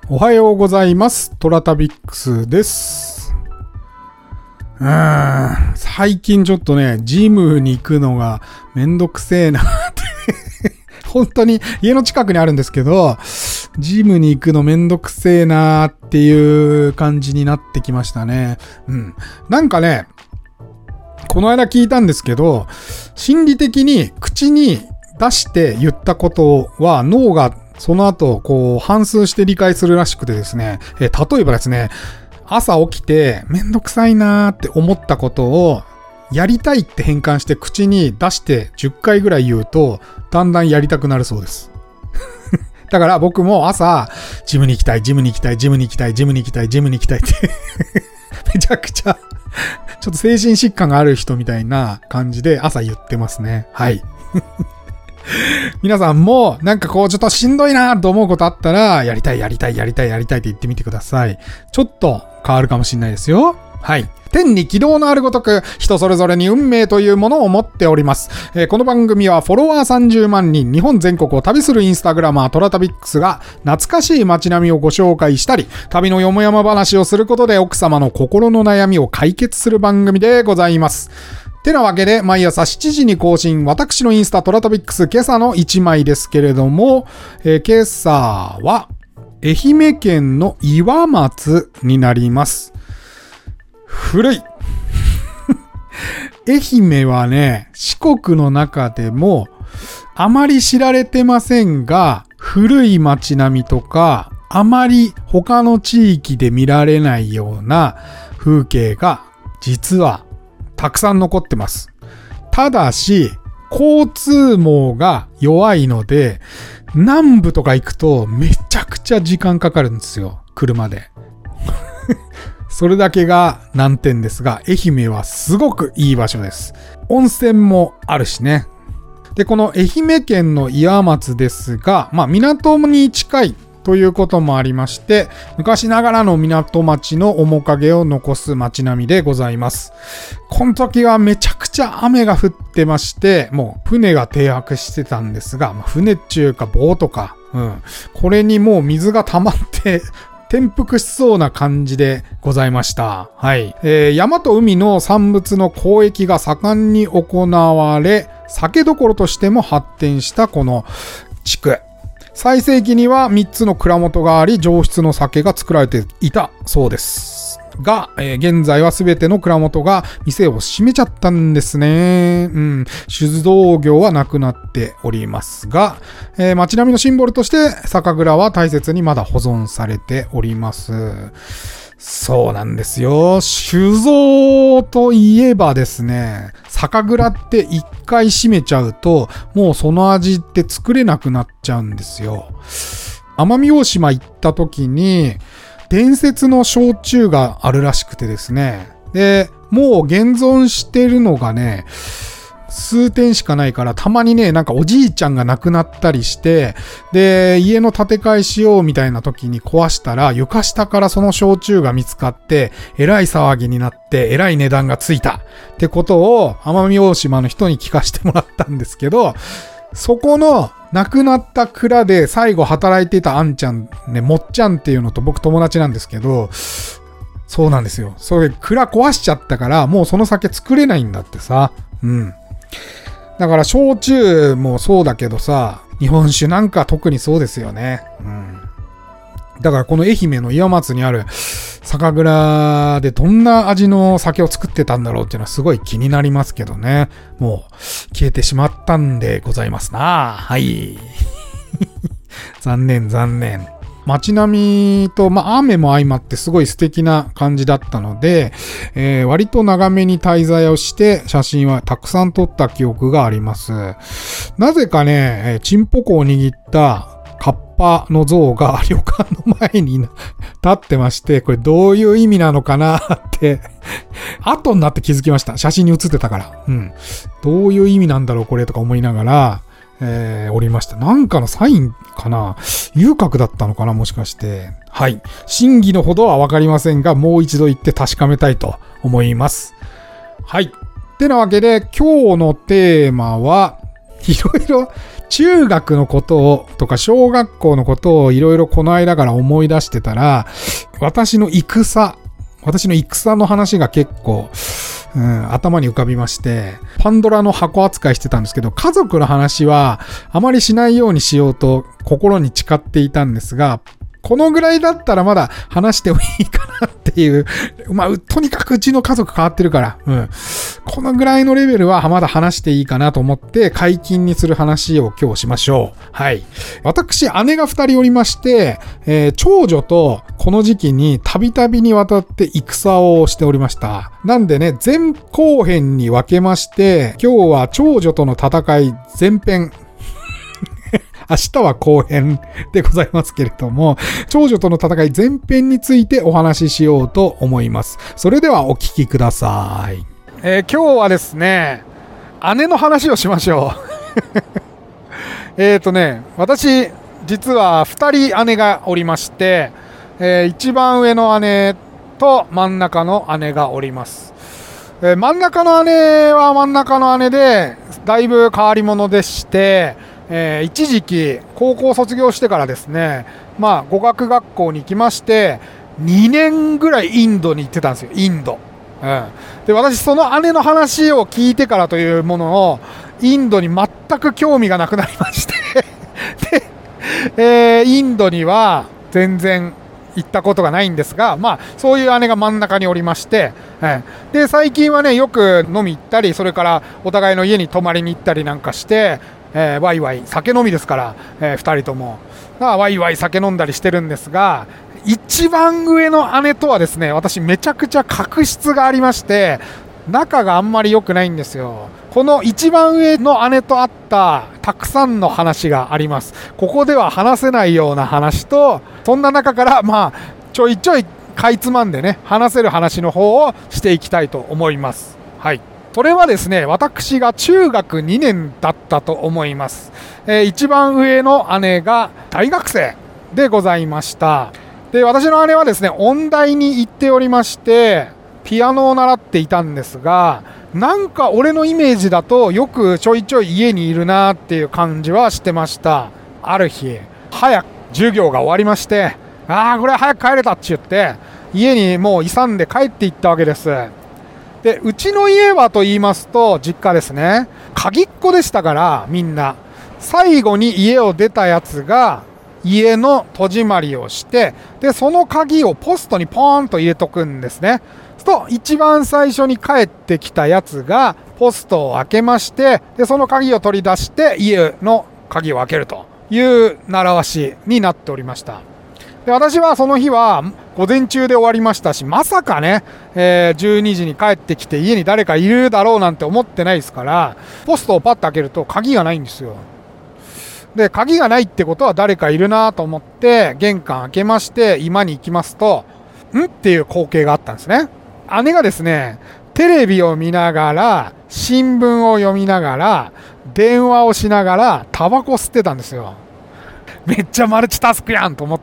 おはようございます。トラタビックスです。最近ちょっとね、ジムに行くのがめんどくせえなって本当に家の近くにあるんですけど、ジムに行くのめんどくせえなっていう感じになってきましたね。なんかね、この間聞いたんですけど、心理的に口に出して言ったことは脳がその後こう反芻して理解するらしくてですね、例えばですね、朝起きてめんどくさいなーって思ったことをやりたいって変換して口に出して10回ぐらい言うとだんだんやりたくなるそうです。だから僕も朝ジムに行きたいってめちゃくちゃちょっと精神疾患がある人みたいな感じで朝言ってますね。はい。皆さんもなんかこうちょっとしんどいなと思うことあったらやりたいって言ってみてください。ちょっと変わるかもしれないですよ。はい。天に軌道のあるごとく人それぞれに運命というものを持っております。この番組はフォロワー30万人日本全国を旅するインスタグラマートラタビックスが懐かしい街並みをご紹介したり旅のよもやま話をすることで奥様の心の悩みを解決する番組でございます。てなわけで毎朝7時に更新、私のインスタトラタビックス今朝の1枚ですけれども、今朝は愛媛県の岩松になります。古い愛媛はね、四国の中でもあまり知られてませんが、古い街並みとかあまり他の地域で見られないような風景が実はたくさん残ってます。ただし、交通網が弱いので、南部とか行くとめちゃくちゃ時間かかるんですよ。車で。それだけが難点ですが、愛媛はすごくいい場所です。温泉もあるしね。で、この愛媛県の岩松ですが、港に近いということもありまして、昔ながらの港町の面影を残す街並みでございます。この時はめちゃくちゃ雨が降ってまして、もう船が停泊してたんですが、船っていうかボートか、これにもう水が溜まって転覆しそうな感じでございました。はい。山と海の産物の交易が盛んに行われ、酒どころとしても発展したこの地区。最盛期には3つの蔵元があり、上質の酒が作られていたそうです。が、現在は全ての蔵元が店を閉めちゃったんですね。酒造業はなくなっておりますが、街並みのシンボルとして酒蔵は大切にまだ保存されております。そうなんですよ。酒造といえばですね、酒蔵って一回閉めちゃうと、もうその味って作れなくなっちゃうんですよ。奄美大島行った時に、伝説の焼酎があるらしくてですね。で、もう現存してるのがね、数点しかないから、たまにね、なんかおじいちゃんが亡くなったりして、で、家の建て替えしようみたいな時に壊したら、床下からその焼酎が見つかって、えらい騒ぎになって、えらい値段がついたってことを、奄美大島の人に聞かせてもらったんですけど、そこの亡くなった蔵で最後働いていたあんちゃん、ね、もっちゃんっていうのと僕友達なんですけど、そうなんですよ。それ蔵壊しちゃったから、もうその酒作れないんだってさ。だから焼酎もそうだけどさ、日本酒なんか特にそうですよね。だからこの愛媛の岩松にある酒蔵でどんな味の酒を作ってたんだろうっていうのはすごい気になりますけどね。もう消えてしまったんでございますな。はい。残念。街並みと、雨も相まってすごい素敵な感じだったので、割と長めに滞在をして写真はたくさん撮った記憶があります。なぜかね、チンポコを握ったカッパの像が旅館の前に立ってまして、これどういう意味なのかなって後になって気づきました。写真に写ってたから。どういう意味なんだろうこれとか思いながら、おりました。なんかのサインかな、遊郭だったのかな、もしかして。はい。真偽のほどはわかりませんが、もう一度言って確かめたいと思います。はい。ってなわけで、今日のテーマは、 いろいろ中学のことをとか小学校のことをいろいろこの間から思い出してたら、私の戦の話が結構、頭に浮かびまして、パンドラの箱扱いしてたんですけど、家族の話はあまりしないようにしようと心に誓っていたんですが、このぐらいだったらまだ話してもいいかなっていう。とにかくうちの家族変わってるから、このぐらいのレベルはまだ話していいかなと思って解禁にする話を今日しましょう。はい。私、姉が2人おりまして、長女とこの時期にたびたびにわたって戦をしておりました。なんでね、前後編に分けまして、今日は長女との戦い前編、明日は後編でございますけれども、長女との戦い前編についてお話ししようと思います。それではお聞きください。今日はですね、姉の話をしましょう。私、実は2人姉がおりまして、一番上の姉と真ん中の姉がおります。真ん中の姉は真ん中の姉で、だいぶ変わり者でして、一時期高校卒業してからですね、語学学校に行きまして2年ぐらいインドに行ってたんですよ。インド、で私その姉の話を聞いてからというものをインドに全く興味がなくなりましてで、インドには全然行ったことがないんですが、そういう姉が真ん中におりまして、で最近はねよく飲み行ったり、それからお互いの家に泊まりに行ったりなんかしてワイワイ酒飲みですから、2人ともワイワイ酒飲んだりしてるんですが、一番上の姉とはですね、私めちゃくちゃ確執がありまして仲があんまり良くないんですよ。この一番上の姉とあったたくさんの話があります。ここでは話せないような話と、そんな中からちょいちょいかいつまんでね話せる話の方をしていきたいと思います。はい。それはですね、私が中学2年だったと思います。一番上の姉が大学生でございました。で、私の姉はですね、音大に行っておりまして、ピアノを習っていたんですが、なんか俺のイメージだとよくちょいちょい家にいるなっていう感じはしてました。ある日、早く授業が終わりまして、これ早く帰れたって言って、家にもう勇んで帰っていったわけです。で、うちの家はと言いますと、実家ですね、鍵っ子でしたから、みんな最後に家を出たやつが家の戸締まりをして、でその鍵をポストにポーンと入れとくんですね。と一番最初に帰ってきたやつがポストを開けまして、でその鍵を取り出して家の鍵を開けるという習わしになっておりました。で私はその日は午前中で終わりましたし、まさかね、12時に帰ってきて家に誰かいるだろうなんて思ってないですから、ポストをパッと開けると鍵がないんですよ。で鍵がないってことは誰かいるなと思って玄関開けまして居間に行きますと、っていう光景があったんですね。姉がですね、テレビを見ながら新聞を読みながら電話をしながらタバコ吸ってたんですよ。めっちゃマルチタスクやんと思って、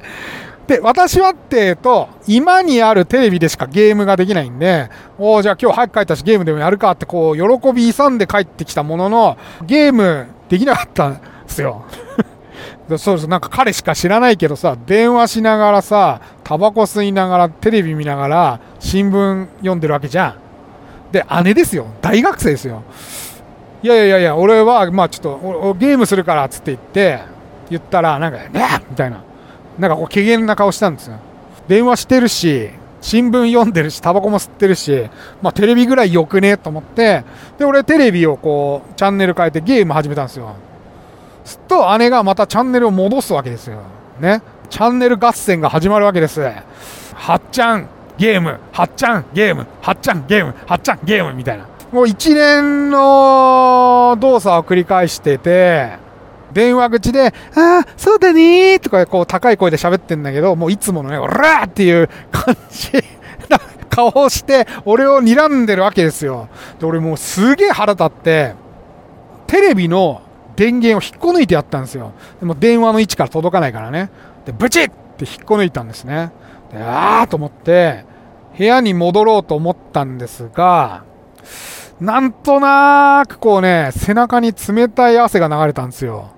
で私は今にあるテレビでしかゲームができないんで、じゃあ今日早く帰ったしゲームでもやるかってこう喜び勇んで帰ってきたものの、ゲームできなかったんですよ。そうです。なんか彼しか知らないけどさ、電話しながらさ、タバコ吸いながらテレビ見ながら新聞読んでるわけじゃん。で姉ですよ、大学生ですよ。いや俺はちょっとゲームするからっつって言ったらなんかみたいな、なんかこう怪げな顔したんですよ。電話してるし新聞読んでるしタバコも吸ってるし、テレビぐらいよくねと思って、で俺テレビをこうチャンネル変えてゲーム始めたんですよ。すっと姉がまたチャンネルを戻すわけですよね。チャンネル合戦が始まるわけです。はっちゃんゲーム、はっちゃんゲーム、はっちゃんゲーム、はっちゃんゲームみたいな、もう一連の動作を繰り返してて、電話口でそうだねーとかこう高い声で喋ってんだけど、もういつものねオラーっていう感じな顔をして俺を睨んでるわけですよ。で俺もうすげえ腹立ってテレビの電源を引っこ抜いてやったんですよ。でも電話の位置から届かないからね。でブチッって引っこ抜いたんですね。でと思って部屋に戻ろうと思ったんですが、 なんとなくこうね、背中に冷たい汗が流れたんですよ。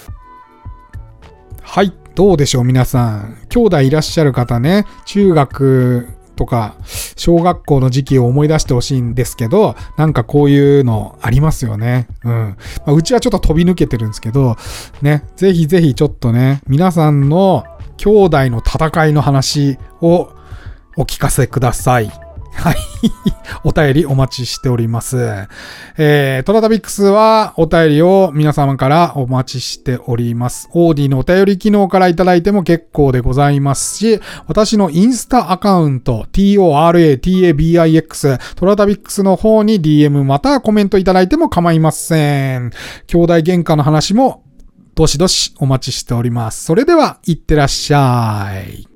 はい、どうでしょう皆さん。兄弟いらっしゃる方ね、中学とか小学校の時期を思い出してほしいんですけど、なんかこういうのありますよね。うちはちょっと飛び抜けてるんですけど、ね、ぜひぜひちょっとね、皆さんの兄弟の戦いの話をお聞かせください。はい。お便りお待ちしております。トラタビックスはお便りを皆様からお待ちしております。オーディのお便り機能からいただいても結構でございますし、私のインスタアカウント、TORATABIX、トラタビックスの方に DM またはコメントいただいても構いません。兄弟喧嘩の話もどしどしお待ちしております。それでは、いってらっしゃい。